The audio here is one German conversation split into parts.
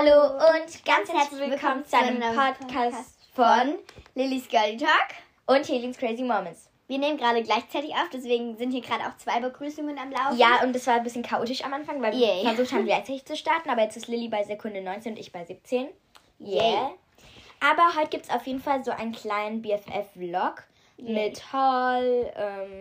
Hallo und ganz herzlich willkommen zu einem Podcast von Lillys Girlie Talk und Helens Crazy Moments. Wir nehmen gerade gleichzeitig auf, deswegen sind hier gerade auch 2 Begrüßungen am Laufen. Ja, und es war ein bisschen chaotisch am Anfang, weil wir versucht haben, gleichzeitig zu starten. Aber jetzt ist Lilly bei Sekunde 19 und ich bei 17. Yeah. Aber heute gibt es auf jeden Fall so einen kleinen BFF-Vlog mit Haul,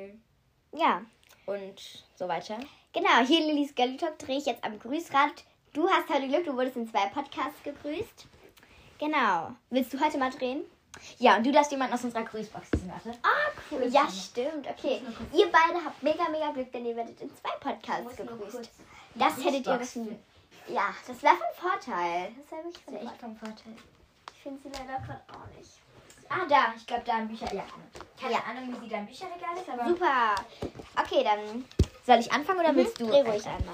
und so weiter. Genau, hier Lillys Girlie Talk drehe ich jetzt am Grüßrad. Du hast heute Glück, du wurdest in 2 Podcasts gegrüßt. Genau. Willst du heute mal drehen? Ja, und du darfst jemanden aus unserer Grüßbox ziehen, warte. Ah, cool. Ja, stimmt. Okay. Ihr beide habt mega Glück, denn ihr werdet in 2 Podcasts gegrüßt. Das hättet ihr wissen. Ja, das wäre von Vorteil. Das wäre wirklich von Vorteil. Ich finde sie leider gerade auch nicht. Ah, da. Ich glaube, da ein Bücher. Ja. Keine Ahnung, wie sie da ein Bücherregal ist, aber... Super. Okay, dann... Soll ich anfangen oder willst du? Dreh ruhig einmal.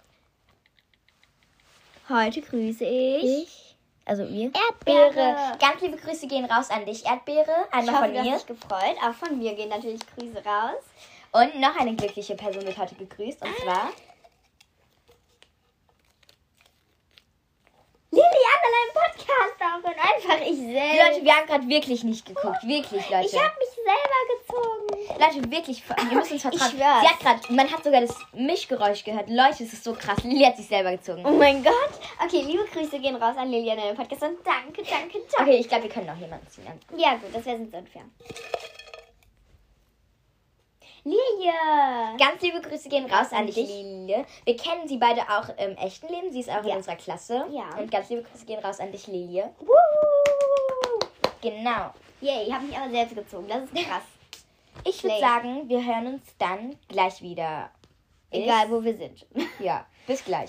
Heute grüße ich... Also wir? Erdbeere. Ganz liebe Grüße gehen raus an dich, Erdbeere. Einmal ich hoffe, von mir. Du hast dich gefreut. Auch von mir gehen natürlich Grüße raus. Und noch eine glückliche Person wird heute gegrüßt. Und zwar... Lilly, an einem Podcast auch und einfach ich selbst. Leute, wir haben gerade wirklich nicht geguckt. Wirklich, Leute. Ich habe mich selber gezogen. Leute, wirklich, wir müssen uns vertrauen. Ich schwör's. Sie hat gerade, man hat sogar das Mischgeräusch gehört. Leute, das ist so krass. Lilly hat sich selber gezogen. Oh mein Gott. Okay, liebe Grüße gehen raus an Lilly an einem Podcast und danke. Okay, ich glaube, wir können noch jemanden ziehen. Ja gut, das wäre sonst unfair. Lilie! Ganz liebe Grüße gehen raus an dich, Lilie. Wir kennen sie beide auch im echten Leben. Sie ist auch in unserer Klasse. Ja. Und ganz liebe Grüße gehen raus an dich, Lilie. Genau. Yay, ich habe mich aber selbst gezogen. Das ist krass. Ich würde sagen, wir hören uns dann gleich wieder. Egal, wo wir sind. Ja, bis gleich.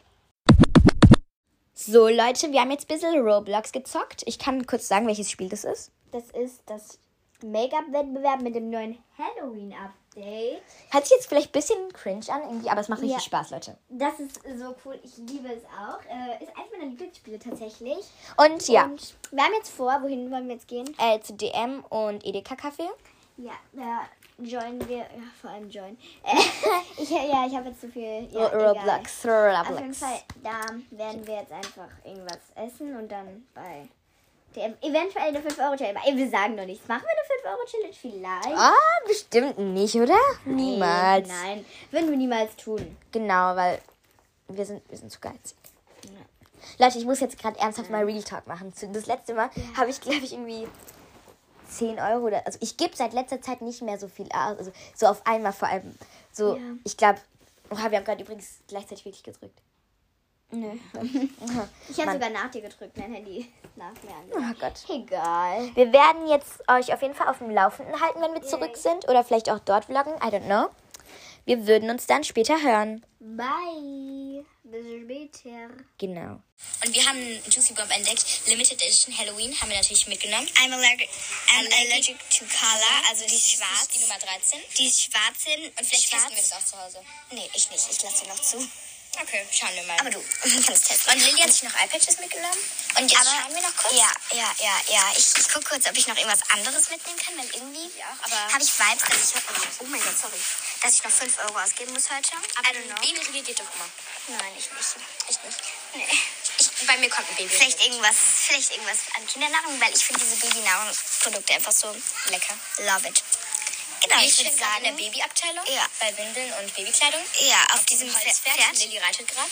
So, Leute, wir haben jetzt ein bisschen Roblox gezockt. Ich kann kurz sagen, welches Spiel das ist. Das ist das Make-up-Wettbewerb mit dem neuen Halloween-Update. Hört sich jetzt vielleicht ein bisschen cringe an, irgendwie, aber es macht richtig Spaß, Leute. Das ist so cool. Ich liebe es auch. Ist eines meiner Lieblingsspiele tatsächlich. Und ja. Und wir haben jetzt vor, wohin wollen wir jetzt gehen? Zu DM und Edeka Café. Ja, da joinen wir. Ja, vor allem joinen. Ich habe jetzt so viel. Ja, Roblox. Auf jeden Fall, da werden wir jetzt einfach irgendwas essen und dann bei DM eventuell eine 5-Euro-Challenge. Wir sagen noch nichts. Machen wir eine 5-Euro-Challenge vielleicht? Ah, bestimmt nicht, oder? Niemals. Nein, würden wir niemals tun. Genau, weil wir sind zu geizig. Ja. Leute, ich muss jetzt gerade ernsthaft mal Real Talk machen. Das letzte Mal habe ich, glaube ich, irgendwie 10 Euro oder... Also ich gebe seit letzter Zeit nicht mehr so viel aus. Also so auf einmal vor allem. So, ich glaube... wir haben gerade übrigens gleichzeitig wirklich gedrückt. Nö. Ich habe sogar nach dir gedrückt. Mein Handy ist nach mir an. Oh Gott. Egal. Wir werden jetzt euch auf jeden Fall auf dem Laufenden halten, wenn wir zurück sind. Oder vielleicht auch dort vloggen. I don't know. Wir würden uns dann später hören. Bye. Bis später. Genau. Und wir haben Juicy Bomb entdeckt. Limited Edition Halloween haben wir natürlich mitgenommen. I'm allergic to color. Also die ist schwarz. Die Nummer 13. Die ist schwarz hin. Und vielleicht testen wir das auch zu Hause. Nee, ich nicht. Ich lasse sie noch zu. Okay, schauen wir mal. Aber du kannst testen. Und Lilly hat sich noch Eyepatches mitgenommen. Und jetzt schauen wir noch kurz. Ja. Ich gucke kurz, ob ich noch irgendwas anderes mitnehmen kann, weil irgendwie habe ich Vibes, dass ich... Oh mein Gott, sorry. Dass ich noch 5 Euro ausgeben muss heute. Aber ein Babyriegel geht doch immer. Nein, ich nicht. Ich nicht. Nee. Bei mir kommt ein Baby. Vielleicht irgendwas an Kindernahrung, weil ich finde diese Babynahrungsprodukte einfach so Lecker. Love it. Genau, ich würde sagen, in der Babyabteilung, bei Windeln und Babykleidung. Ja, auf diesem Pferd. Lilly reitet gerade.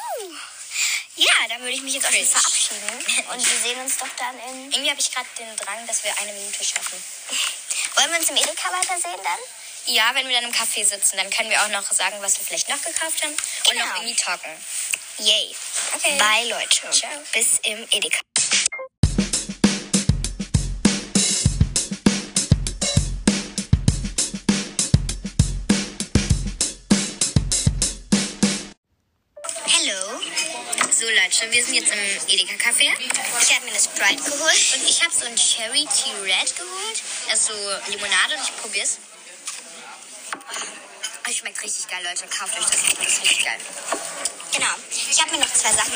Ja, dann würde ich mich jetzt auch schon verabschieden. Und wir sehen uns doch dann in... Irgendwie habe ich gerade den Drang, dass wir 1 Minute schaffen. Wollen wir uns im Edeka weitersehen dann? Ja, wenn wir dann im Café sitzen, dann können wir auch noch sagen, was wir vielleicht noch gekauft haben. Und noch irgendwie talken. Yay. Okay. Bye, Leute. Ciao. Bis im Edeka. So Leute, wir sind jetzt im Edeka Café. Ich habe mir eine Sprite geholt. Und ich habe so ein Cherry Tea Red geholt. Das ist so Limonade und ich probier's. Es schmeckt richtig geil, Leute. Kauft euch das. Das ist richtig geil. Genau. Ich habe mir noch 2 Sachen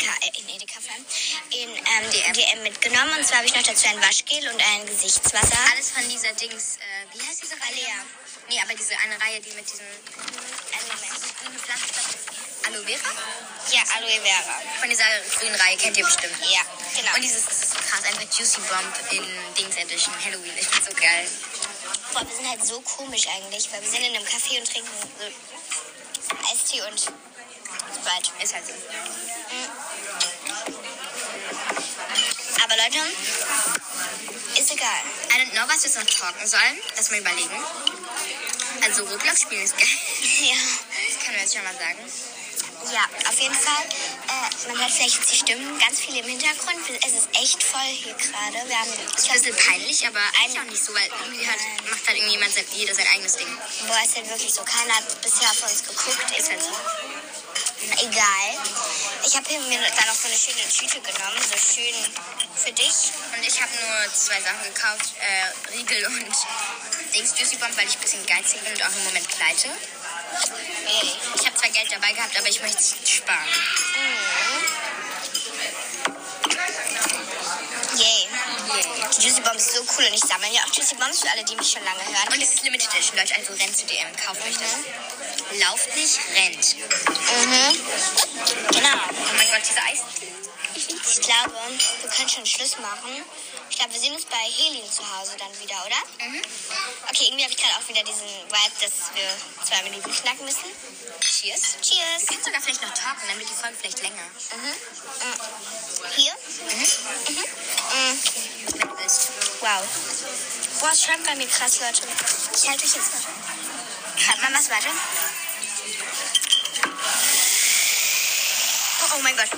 in DM mitgenommen. Und zwar habe ich noch dazu ein Waschgel und ein Gesichtswasser. Alles von dieser Dings, wie heißt diese Reihe? Alea. Nee, aber diese eine Reihe, die mit diesem... Eine Pflanze, Aloe Vera? Ja, Aloe Vera. Von dieser grünen Reihe kennt ihr bestimmt. Ja, genau. Und dieses, das ist so krass, einfach Juicy Bomb in Dings Edition, Halloween. Ich find's so geil. Boah, wir sind halt so komisch eigentlich, weil wir sind in einem Café und trinken so Eistee und Sprite. Ist halt so. Aber Leute, ist egal. I don't know, was wir jetzt noch talken sollen. Lass mal überlegen. Also Roblox spielen ist geil. Ja. Das können wir jetzt schon mal sagen. Ja, auf jeden Fall. Man hört vielleicht jetzt die Stimmen, ganz viele im Hintergrund. Es ist echt voll hier gerade. Es ist ein bisschen peinlich, aber eigentlich auch nicht so, weil irgendwie macht halt irgendjemand jeder sein eigenes Ding. Boah, ist halt wirklich so. Keiner hat bisher auf uns geguckt. Ist halt so. Egal. Ich habe mir da noch so eine schöne Tüte genommen, so schön für dich. Und ich habe nur 2 Sachen gekauft, Riegel und Dings Juicy Bomb, weil ich ein bisschen geizig bin und auch im Moment pleite. Ich habe zwar Geld dabei gehabt, aber ich möchte es sparen. Yay. Die Juicy Bomb ist so cool und ich sammle ja auch Juicy Bombs für alle, die mich schon lange hören. Und es ist Limited Edition, Leute, also rennt zu DM, kauft euch das. Lauft nicht, rennt. Genau. Oh mein Gott, diese Eistee. Ich glaube, wir können schon Schluss machen. Ich glaube, wir sehen uns bei Helin zu Hause dann wieder, oder? Okay, irgendwie habe ich gerade auch wieder diesen Vibe, dass wir 2 Minuten knacken müssen. Cheers. Cheers. Wir können sogar vielleicht noch talken, dann wird die Folge vielleicht länger. Hier? Wenn du willst. Wow. Boah, es schäumt bei mir krass, Leute. Ich halte euch jetzt mal. Hat man was? Warte. Oh mein Gott.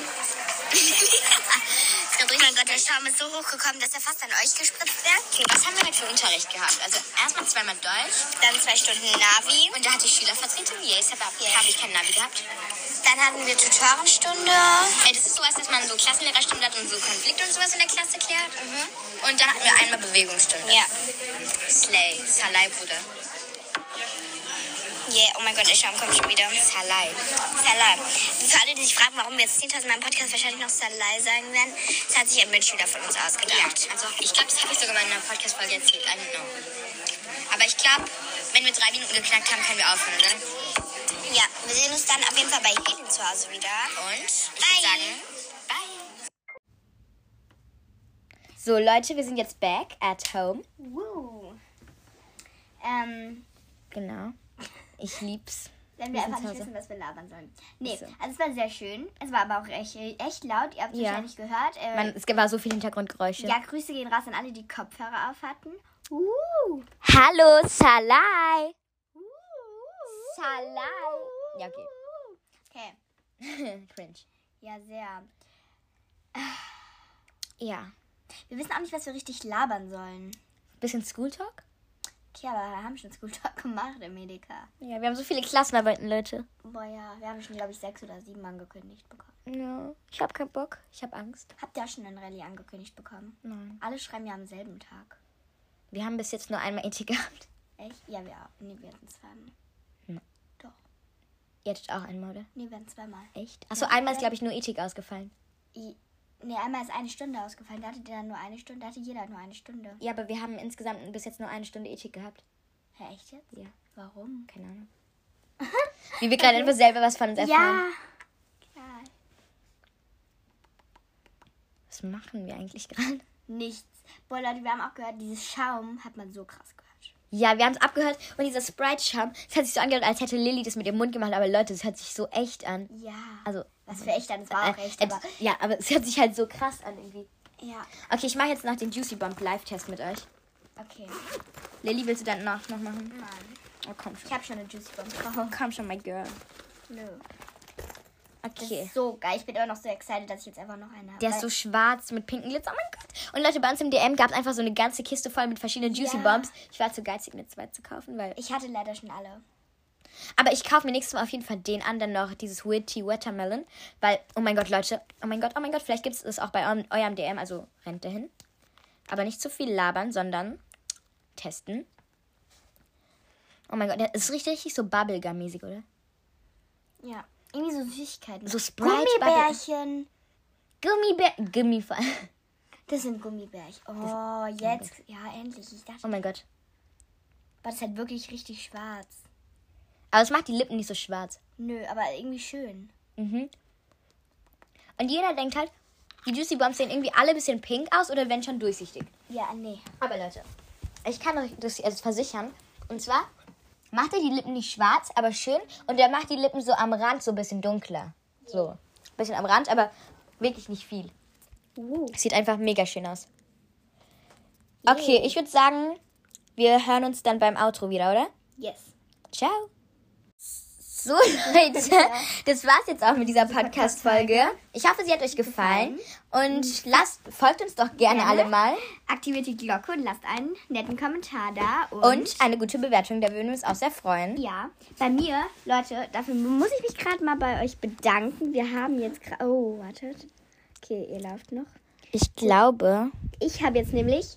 Oh mein Gott, der Schaum ist so hochgekommen, dass er fast an euch gespritzt wird. Okay, was haben wir heute für Unterricht gehabt? Also erstmal 2-mal Deutsch, dann 2 Stunden Navi. Und da hatte ich Schülervertretung. Yes, habe ich kein Navi gehabt. Dann hatten wir Tutorenstunde. Das ist sowas, dass man so Klassenlehrerstunde hat und so Konflikte und sowas in der Klasse klärt. Und dann hatten wir einmal Bewegungsstunde. Ja. Slay, Salai, Bruder. Yeah, oh mein Gott, der Schaum kommt schon wieder. Salai. Salai. Für alle, die sich fragen, warum wir jetzt 10.000 Mal im Podcast wahrscheinlich noch Salai sagen werden, das hat sich ein Mitschüler von uns ausgedacht. Ja, also ich glaube, das habe ich sogar mal in einer Podcast-Folge erzählt. I don't know. Aber ich glaube, wenn wir 3 Minuten geknackt haben, können wir aufhören, oder? Ja, wir sehen uns dann auf jeden Fall bei Helin zu Hause wieder. Und ich würde sagen, bye. So, Leute, wir sind jetzt back at home. Woo. Genau. Ich lieb's. Wenn wir einfach nicht wissen, was wir labern sollen. Nee, also es war sehr schön. Es war aber auch echt laut. Ihr habt es wahrscheinlich gehört. Es war so viel Hintergrundgeräusche. Ja, Grüße gehen raus an alle, die Kopfhörer auf hatten. Hallo, Salai. Salai. Ja, okay. Okay. Cringe. Ja, sehr. Ja. Wir wissen auch nicht, was wir richtig labern sollen. Bisschen Schooltalk? Okay, aber wir haben schon Schooltalk gemacht im Medika. Ja, wir haben so viele Klassenarbeiten, Leute. Boah, ja, wir haben schon, glaube ich, 6 oder 7 angekündigt bekommen. Ja, ich habe keinen Bock. Ich habe Angst. Habt ihr auch schon ein Rallye angekündigt bekommen? Nein. Alle schreiben ja am selben Tag. Wir haben bis jetzt nur einmal Ethik gehabt. Echt? Ja, wir auch. Nee, wir hatten 2-mal. Hm. Doch. Ihr hattet auch einmal, oder? Nee, wir hatten 2-mal. Echt? Achso, einmal ist, glaube ich, nur Ethik ausgefallen. Nee, einmal ist 1 Stunde ausgefallen. Da hattet ihr dann nur 1 Stunde. Da hatte jeder nur 1 Stunde. Ja, aber wir haben insgesamt bis jetzt nur 1 Stunde Ethik gehabt. Hä, echt jetzt? Ja. Warum? Keine Ahnung. Wie wir gerade einfach selber was von uns erfahren. Ja. Klar. Was machen wir eigentlich gerade? Nichts. Boah, Leute, wir haben auch gehört, dieses Schaum hat man so krass gehört. Ja, wir haben es abgehört und dieser Sprite-Schaum, es hat sich so angehört, als hätte Lilly das mit ihrem Mund gemacht, aber Leute, es hört sich so echt an. Ja. Also, was für echt an, es war auch echt, aber... Ja, aber es hört sich halt so krass an irgendwie. Ja. Okay, ich mache jetzt noch den Juicy Bomb Live-Test mit euch. Okay. Lilly, willst du dann noch machen? Nein. Oh, komm schon. Ich habe schon eine Juicy Bomb. Komm schon, my girl. Nö. Das Okay. ist so geil. Ich bin immer noch so excited, dass ich jetzt einfach noch eine habe. Der ist so schwarz mit pinken Glitzer. Oh mein Gott. Und Leute, bei uns im DM gab es einfach so eine ganze Kiste voll mit verschiedenen Juicy Bombs. Ich war zu geizig, mir 2 zu kaufen, weil... Ich hatte leider schon alle. Aber ich kaufe mir nächstes Mal auf jeden Fall den an, dann noch dieses Witty Watermelon. Weil, oh mein Gott, Leute. Oh mein Gott, vielleicht gibt es das auch bei eurem DM. Also rennt dahin. Aber nicht zu viel labern, sondern testen. Oh mein Gott, das ist richtig so Bubblegum-mäßig, oder? Ja. Irgendwie so Süßigkeiten. So Sprite, Gummibärchen. Gummibärchen. Das sind Gummibärchen. Oh, jetzt. Ja, endlich. Ich dachte, Oh mein Gott. das ist halt wirklich richtig schwarz. Aber es macht die Lippen nicht so schwarz. Nö, aber irgendwie schön. Mhm. Und jeder denkt halt, die Juicy Bombs sehen irgendwie alle ein bisschen pink aus oder wenn schon durchsichtig. Ja, nee. Aber Leute, ich kann euch das jetzt versichern. Und zwar macht er die Lippen nicht schwarz, aber schön. Und er macht die Lippen so am Rand so ein bisschen dunkler. So, ein bisschen am Rand, aber wirklich nicht viel. Sieht einfach mega schön aus. Okay, ich würde sagen, wir hören uns dann beim Outro wieder, oder? Yes. Ciao. So, Leute, das war's jetzt auch mit dieser Podcast-Folge. Ich hoffe, sie hat euch gefallen. Und folgt uns doch gerne alle mal. Aktiviert die Glocke und lasst einen netten Kommentar da. Und eine gute Bewertung, da würden wir uns auch sehr freuen. Ja, bei mir, Leute, dafür muss ich mich gerade mal bei euch bedanken. Wir haben jetzt gerade... Oh, wartet. Okay, ihr lauft noch. Ich glaube... Ich habe jetzt nämlich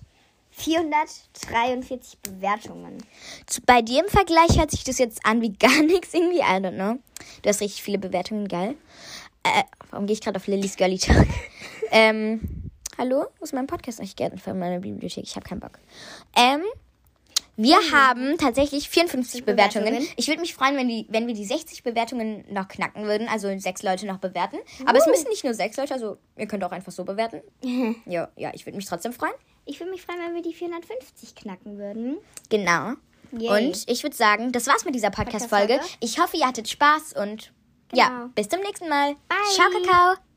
443 Bewertungen. Bei dir im Vergleich hört sich das jetzt an wie gar nichts irgendwie. I don't know. Du hast richtig viele Bewertungen, geil. Warum gehe ich gerade auf Lillys Girly Talk? Hallo? Wo ist mein Podcast eigentlich von meiner Bibliothek? Ich habe keinen Bock. Wir haben tatsächlich 54 Bewertungen. Ich würde mich freuen, wenn wir die 60 Bewertungen noch knacken würden. Also 6 Leute noch bewerten. Aber es müssen nicht nur 6 Leute. Also ihr könnt auch einfach so bewerten. Ja, ich würde mich trotzdem freuen. Ich würde mich freuen, wenn wir die 450 knacken würden. Genau. Yay. Und ich würde sagen, das war's mit dieser Podcast-Folge. Ich hoffe, ihr hattet Spaß und ja, bis zum nächsten Mal. Bye. Ciao, Kakao.